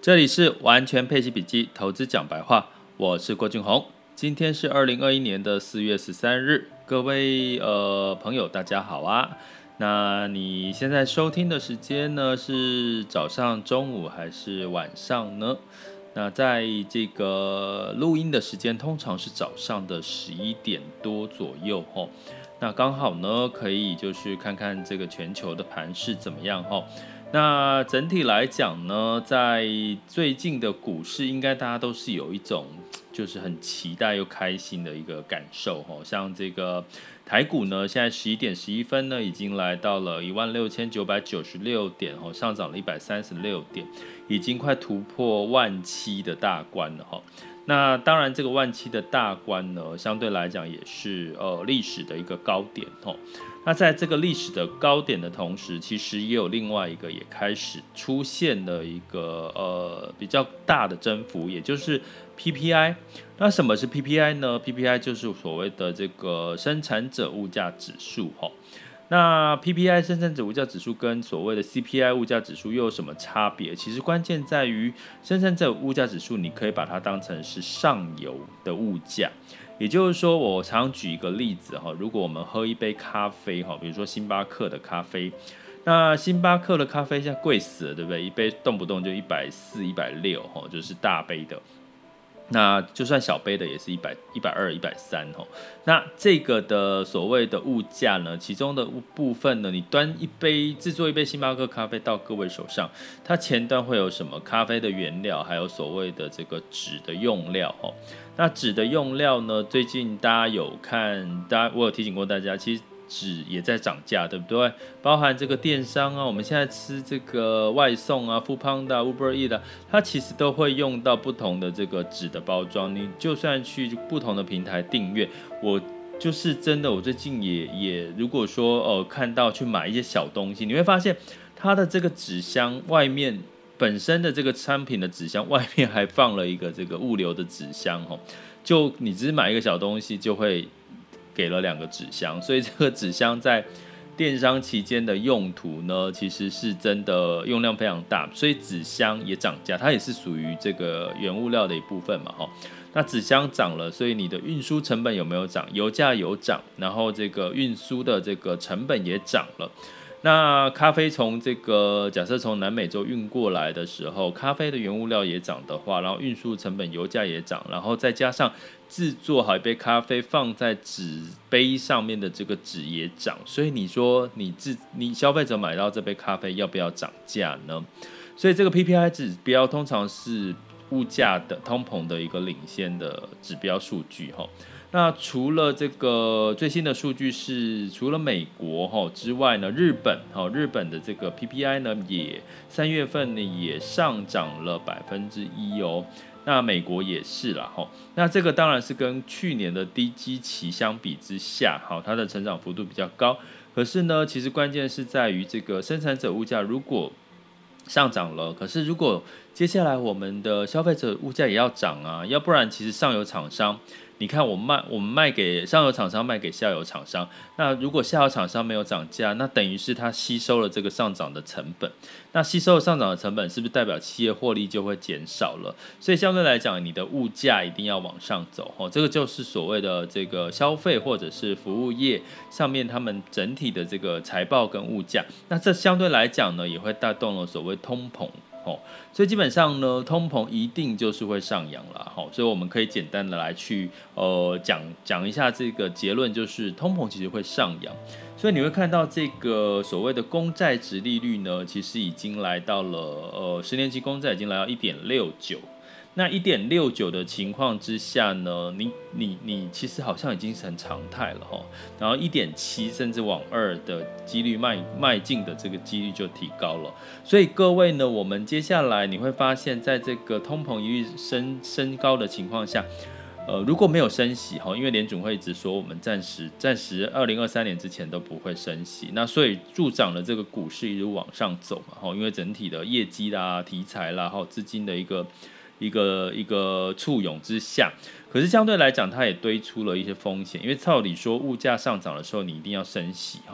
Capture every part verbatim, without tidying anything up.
这里是完全配息笔记投资讲白话，我是郭俊宏。今天是二零二一年的四月十三日，各位呃朋友大家好啊。那你现在收听的时间呢是早上、中午还是晚上呢？那在这个录音的时间通常是早上的十一点多左右齁。那刚好呢可以就是看看这个全球的盘势怎么样齁。那整体来讲呢，在最近的股市，应该大家都是有一种就是很期待又开心的一个感受齁。像这个台股呢，现在十一点十一分呢，已经来到了一万六千九百九十六点齁，上涨了一百三十六点，已经快突破万七的大关了齁。那当然，这个万七的大关呢，相对来讲也是呃历史的一个高点齁。那在这个历史的高点的同时，其实也有另外一个也开始出现了一个呃比较大的增幅，也就是 P P I。那什么是 P P I 呢？ P P I 就是所谓的这个生产者物价指数齁。那 P P I 生产者物价指数跟所谓的 C P I 物价指数又有什么差别？其实关键在于生产者物价指数，你可以把它当成是上游的物价。也就是说，我常举一个例子哈，如果我们喝一杯咖啡哈，比如说星巴克的咖啡，那星巴克的咖啡现在贵死了，对不对？一杯动不动就一百四、一百六哈，就是大杯的。那就算小杯的也是一百、一百二、一百三哈。那这个的所谓的物价呢，其中的部分呢，你端一杯制作一杯星巴克咖啡到各位手上，它前端会有什么咖啡的原料，还有所谓的这个纸的用料哈。那纸的用料呢，最近大家有看，大家我有提醒过大家，其实纸也在涨价，对不对？包含这个电商啊，我们现在吃这个外送啊 ，Foodpanda、Uber Eats 啊，它其实都会用到不同的这个纸的包装。你就算去不同的平台订阅，我就是真的，我最近也也如果说呃看到去买一些小东西，你会发现它的这个纸箱外面本身的这个商品的纸箱外面还放了一个这个物流的纸箱哦，就你只是买一个小东西就会给了两个纸箱，所以这个纸箱在电商期间的用途呢，其实是真的用量非常大，所以纸箱也涨价，它也是属于这个原物料的一部分嘛，哈。那纸箱涨了，所以你的运输成本有没有涨？油价有涨，然后这个运输的这个成本也涨了。那咖啡从这个假设从南美洲运过来的时候，咖啡的原物料也涨的话，然后运输成本、油价也涨，然后再加上制作好一杯咖啡放在纸杯上面的这个纸也涨，所以你说你自你消费者买到这杯咖啡要不要涨价呢？所以这个 P P I 指标通常是物价的通膨的一个领先的指标数据齁。那除了这个最新的数据是除了美国之外呢，日本日本的这个 P P I 呢也三月份呢也上涨了百分之一哦。那美国也是啦齁。那这个当然是跟去年的低基期相比之下，好，它的成长幅度比较高。可是呢，其实关键是在于这个生产者物价如果上涨了，可是如果接下来我们的消费者物价也要涨啊，要不然其实上游厂商。你看我卖我们卖给上游厂商，卖给下游厂商。那如果下游厂商没有涨价，那等于是它吸收了这个上涨的成本。那吸收了上涨的成本，是不是代表企业获利就会减少了？所以相对来讲，你的物价一定要往上走。哦，这个就是所谓的这个消费或者是服务业上面他们整体的这个财报跟物价。那这相对来讲呢，也会带动了所谓通膨。哦，所以基本上呢，通膨一定就是会上扬啦。哦，所以我们可以简单的来去呃讲讲一下这个结论，就是通膨其实会上扬。所以你会看到这个所谓的公债殖利率呢，其实已经来到了呃十年期公债已经来到 一点六九。那 一点六九 的情况之下呢，你你你其实好像已经是很常态了齁。然后 一点七 甚至往二的几率迈迈进的这个几率就提高了。所以各位呢，我们接下来你会发现在这个通膨一律升升高的情况下，呃，如果没有升息哈，因为联准会一直说我们暂时暂时二零二三年之前都不会升息，那所以助长了这个股市一路往上走嘛哈，因为整体的业绩啦、题材啦，还有资金的一个一个一个簇拥之下，可是相对来讲，它也堆出了一些风险，因为照理说物价上涨的时候，你一定要升息哈。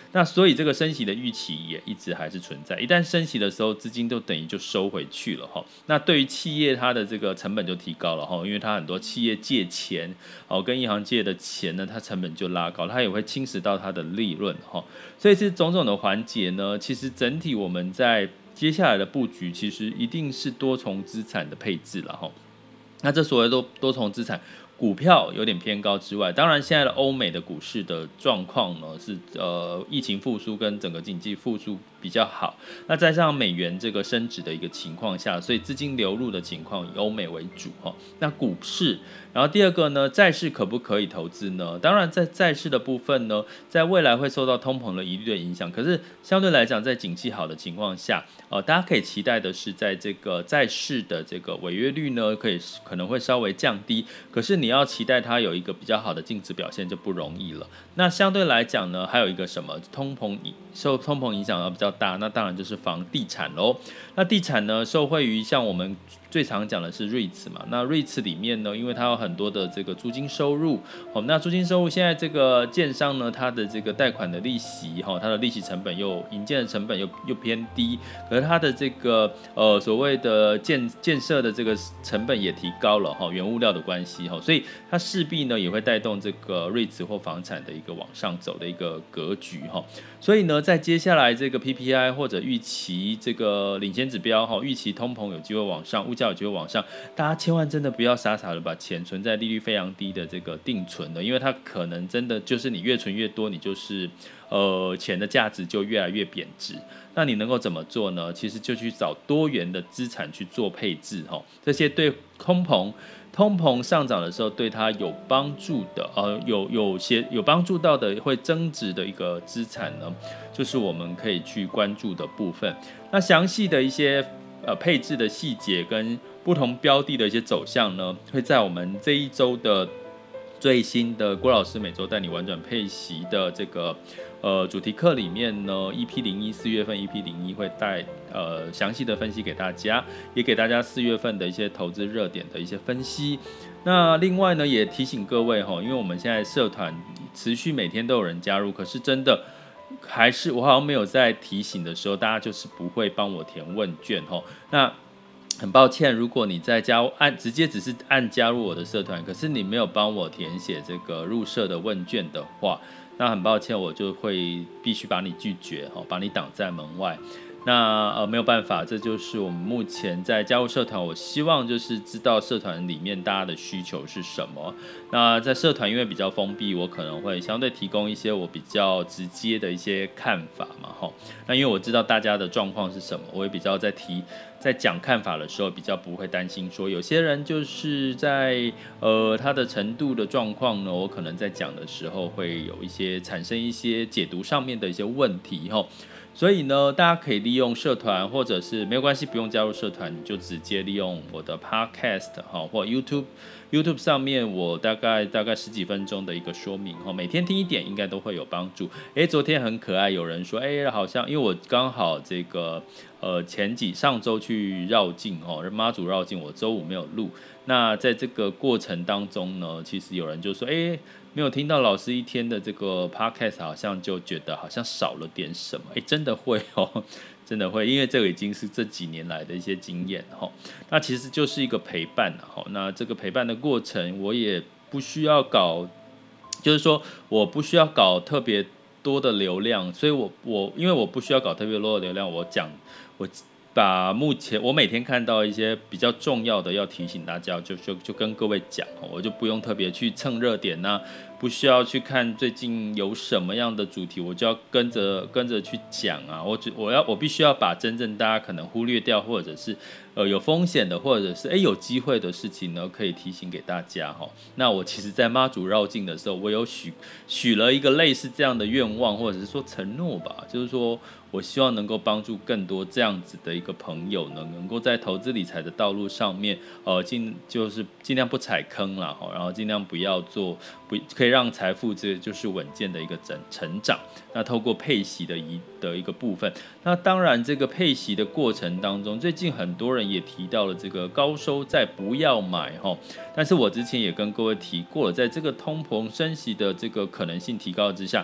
那所以这个升息的预期也一直还是存在，一旦升息的时候，资金就等于就收回去了哈。那对于企业它的这个成本就提高了哈，因为它很多企业借钱哦，跟银行借的钱呢，它成本就拉高，它也会侵蚀到它的利润哈。所以这种种的环节呢，其实整体我们在接下来的布局，其实一定是多重资产的配置了哈。那这所谓多多重资产，股票有点偏高之外，当然现在的欧美的股市的状况呢是呃疫情复苏跟整个经济复苏比较好，那再加上美元这个升值的一个情况下，所以资金流入的情况以欧美为主哈。那股市，然后第二个呢，债市可不可以投资呢？当然在债市的部分呢，在未来会受到通膨的疑虑的影响，可是相对来讲，在景气好的情况下，呃，大家可以期待的是，在这个债市的这个违约率呢，可以可能会稍微降低，可是你要期待它有一个比较好的净值表现就不容易了。那相对来讲呢，还有一个什么通膨受通膨影响要比较大，那当然就是房地产喽。那地产呢，受惠于像我们最常讲的是 REITs 嘛，那 REITs 里面呢，因为它有很多的这个租金收入，哦，那租金收入现在这个建商呢，它的这个贷款的利息，哈，它的利息成本又营建的成本又又偏低，可是它的这个呃所谓的建建设的这个成本也提高了哈，原物料的关系哈，所以它势必呢也会带动这个 REITs 或房产的一个往上走的一个格局哈，所以呢，在接下来这个 P P I 或者预期这个领先指标哈，预期通膨有机会往上，物价有机会往上，大家千万真的不要傻傻的把钱存在利率非常低的这个定存了，因为它可能真的就是你越存越多，你就是呃钱的价值就越来越贬值。那你能够怎么做呢？其实就去找多元的资产去做配置哈，这些对通膨通膨上涨的时候对它有帮助的，呃，有有些有帮助到的会增值的一个资产呢，就是我们可以去关注的部分。那详细的一些呃配置的细节跟不同标的的一些走向呢，会在我们这一周的最新的郭老师每周带你玩转配息的这个呃主题课里面呢 ，E P 零一四月份 E P 零一会带呃详细的分析给大家，也给大家四月份的一些投资热点的一些分析。那另外呢，也提醒各位哈，因为我们现在社团持续每天都有人加入，可是真的还是我好像没有在提醒的时候，大家就是不会帮我填问卷哈。那很抱歉，如果你在加按直接只是按加入我的社团，可是你没有帮我填写这个入社的问卷的话，那很抱歉，我就会必须把你拒绝，把你挡在门外。那呃没有办法，这就是我们目前在加入社团，我希望就是知道社团里面大家的需求是什么。那在社团因为比较封闭，我可能会相对提供一些我比较直接的一些看法嘛，齁。那因为我知道大家的状况是什么，我也比较在提在讲看法的时候比较不会担心说有些人就是在呃他的程度的状况呢，我可能在讲的时候会有一些产生一些解读上面的一些问题齁。所以呢，大家可以利用社团，或者是没有关系，不用加入社团，你就直接利用我的 Podcast 或 YouTube YouTube 上面，我大概大概十几分钟的一个说明，每天听一点，应该都会有帮助。哎，昨天很可爱，有人说，哎，好像因为我刚好这个呃前几上周去绕境哈，妈祖绕境，我周五没有录。那在这个过程当中呢，其实有人就说，哎，没有听到老师一天的这个 podcast， 好像就觉得好像少了点什么。哎，真的会哦，真的会，因为这个已经是这几年来的一些经验哈。那其实就是一个陪伴哈。那这个陪伴的过程，我也不需要搞，就是说我不需要搞特别多的流量，所以我我因为我不需要搞特别多的流量，我讲我。把目前我每天看到一些比较重要的要提醒大家，就就就跟各位讲，我就不用特别去蹭热点呐、啊，不需要去看最近有什么样的主题，我就要跟着跟着去讲啊。我只我要我必须要把真正大家可能忽略掉，或者是呃有风险的，或者是哎有机会的事情呢，可以提醒给大家哈。那我其实，在妈祖绕境的时候，我有许许了一个类似这样的愿望，或者是说承诺吧，就是说。我希望能够帮助更多这样子的一个朋友呢，能够在投资理财的道路上面，呃，尽就是尽量不踩坑啦，然后尽量不要做，不可以让财富这就是稳健的一个成成长。那透过配息的一的一个部分，那当然这个配息的过程当中，最近很多人也提到了这个高收债不要买哈，但是我之前也跟各位提过了，在这个通膨升息的这个可能性提高之下。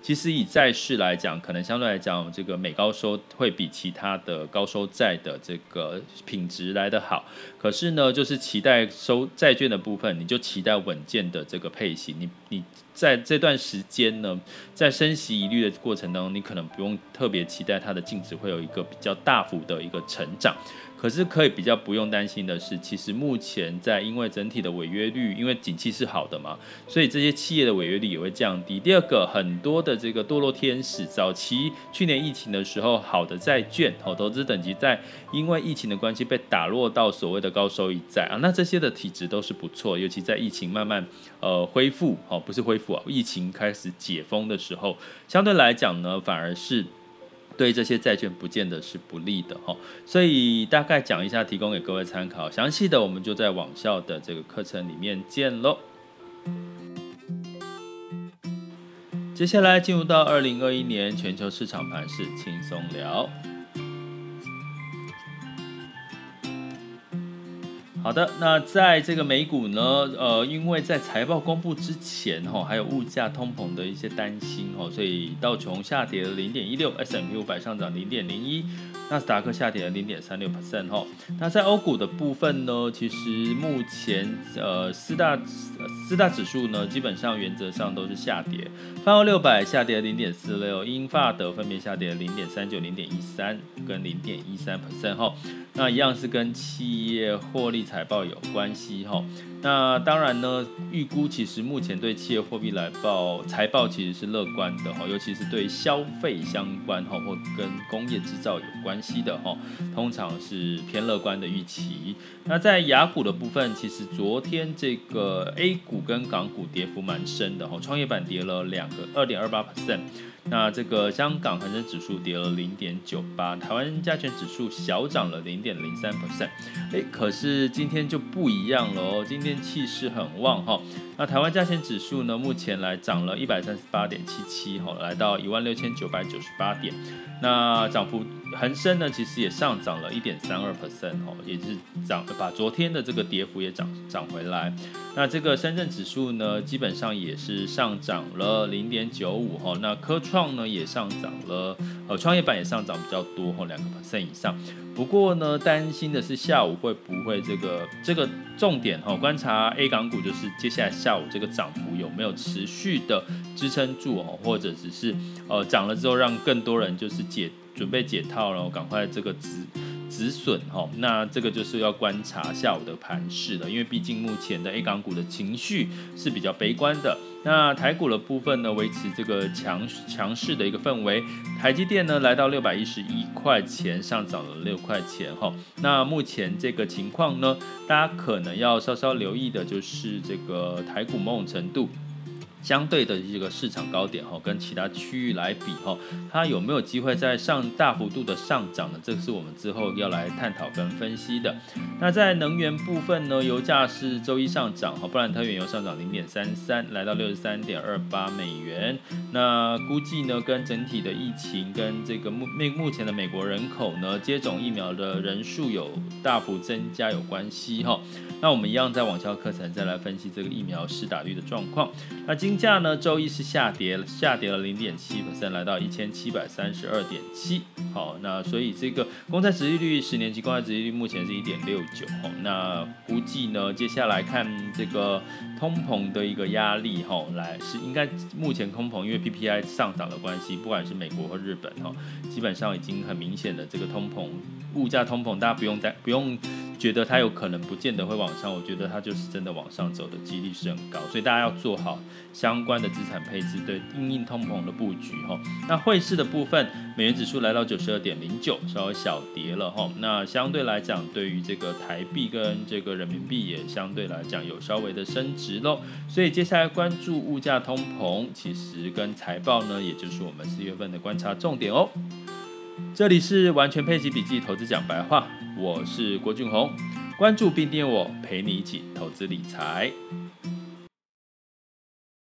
其实以债市来讲，可能相对来讲，这个美高收会比其他的高收债的这个品质来得好。可是呢，就是期待收债券的部分，你就期待稳健的这个配息，你你。在这段时间呢，在升息疑虑的过程当中，你可能不用特别期待它的净值会有一个比较大幅的一个成长。可是可以比较不用担心的是，其实目前在因为整体的违约率，因为景气是好的嘛，所以这些企业的违约率也会降低。第二个，很多的这个堕落天使，早期去年疫情的时候，好的债券、好投资等级在因为疫情的关系被打落到所谓的高收益债啊，那这些的体质都是不错，尤其在疫情慢慢呃恢复，哦不是恢复啊，疫情开始解封的时候，相对来讲呢，反而是。对这些债券不见得是不利的，所以大概讲一下，提供给各位参考。详细的我们就在网校的这个课程里面见咯。接下来进入到二零二一年全球市场盘势轻松聊。好的，那在这个美股呢，呃，因为在财报公布之前，哈，还有物价通膨的一些担心，哈，所以道琼下跌了 零点一六 ，S and P 五百 上涨 零点零一， 纳斯达克下跌了 零点三六 percent， 哈。那在欧股的部分呢，其实目前呃四大四大指数呢，基本上原则上都是下跌，泛欧六百下跌 零点四六， 英法德分别下跌 零点三九、零点一三 跟 零点一三 percent， 哈。那一样是跟企业获利财报有关系哈。那当然呢，预估其实目前对企业货币来报财报其实是乐观的哈，尤其是对消费相关哈或跟工业制造有关系的哈，通常是偏乐观的预期。那在亚股的部分，其实昨天这个 A 股跟港股跌幅蛮深的哈，创业板跌了两个 二点二八 percent。那这个香港恒生指数跌了 零点九八， 台湾加权指数小涨了 零点零三 percent， 哎，可是今天就不一样了哦，今天气势很旺哈。那台湾加权指数呢，目前来涨了 一百三十八点七七， 来到 一万六千九百九十八点。那涨幅恒生呢，其实也上涨了 一点三二 percent， 也是涨把昨天的这个跌幅也涨涨回来。那这个深圳指数呢，基本上也是上涨了 零点九五， 那科创呢也上涨了，呃，创业板也上涨比较多，两个 percent 以上。不过呢，担心的是下午会不会这个这个重点哈，观察 A 港股就是接下来下午这个涨幅有没有持续的支撑住哦，或者只是呃涨了之后让更多人就是解准备解套，然后赶快这个止止损哈。那这个就是要观察下午的盘势了，因为毕竟目前的 A 港股的情绪是比较悲观的。那台股的部分呢，维持这个强强势的一个氛围。台积电呢来到六百一十一块钱，上涨了六块钱哈。那目前这个情况呢，大家可能要稍稍留意的就是这个台股某种程度。相对的这个市场高点跟其他区域来比，它有没有机会在上大幅度的上涨呢？这是我们之后要来探讨跟分析的。那在能源部分呢，油价是周一上涨，布兰特原油上涨 零点三三， 来到 六十三点二八美元。那估计呢，跟整体的疫情跟这个目目前的美国人口呢接种疫苗的人数有大幅增加有关系。那我们一样在网校课程再来分析这个疫苗施打率的状况。那金价呢，周一是下跌了，下跌了 零点七 percent， 来到一千七百三十二点七。好，那所以这个公债殖利率，十年期公债殖利率目前是 一点六九。那估计呢，接下来看这个通膨的一个压力，来是应该目前通膨因为 P P I 上涨的关系，不管是美国或日本，基本上已经很明显的这个通膨，物价通膨，大家不用不用。觉得它有可能不见得会往上，我觉得它就是真的往上走的几率是很高，所以大家要做好相关的资产配置，对因应通膨的布局。那汇市的部分，美元指数来到 九十二点零九， 稍微小跌了。那相对来讲，对于这个台币跟这个人民币也相对来讲有稍微的升值咯。所以接下来关注物价通膨，其实跟财报呢，也就是我们四月份的观察重点哦。这里是完全配息笔记投资讲白话，我是郭俊宏，关注并订阅我，陪你一起投资理财。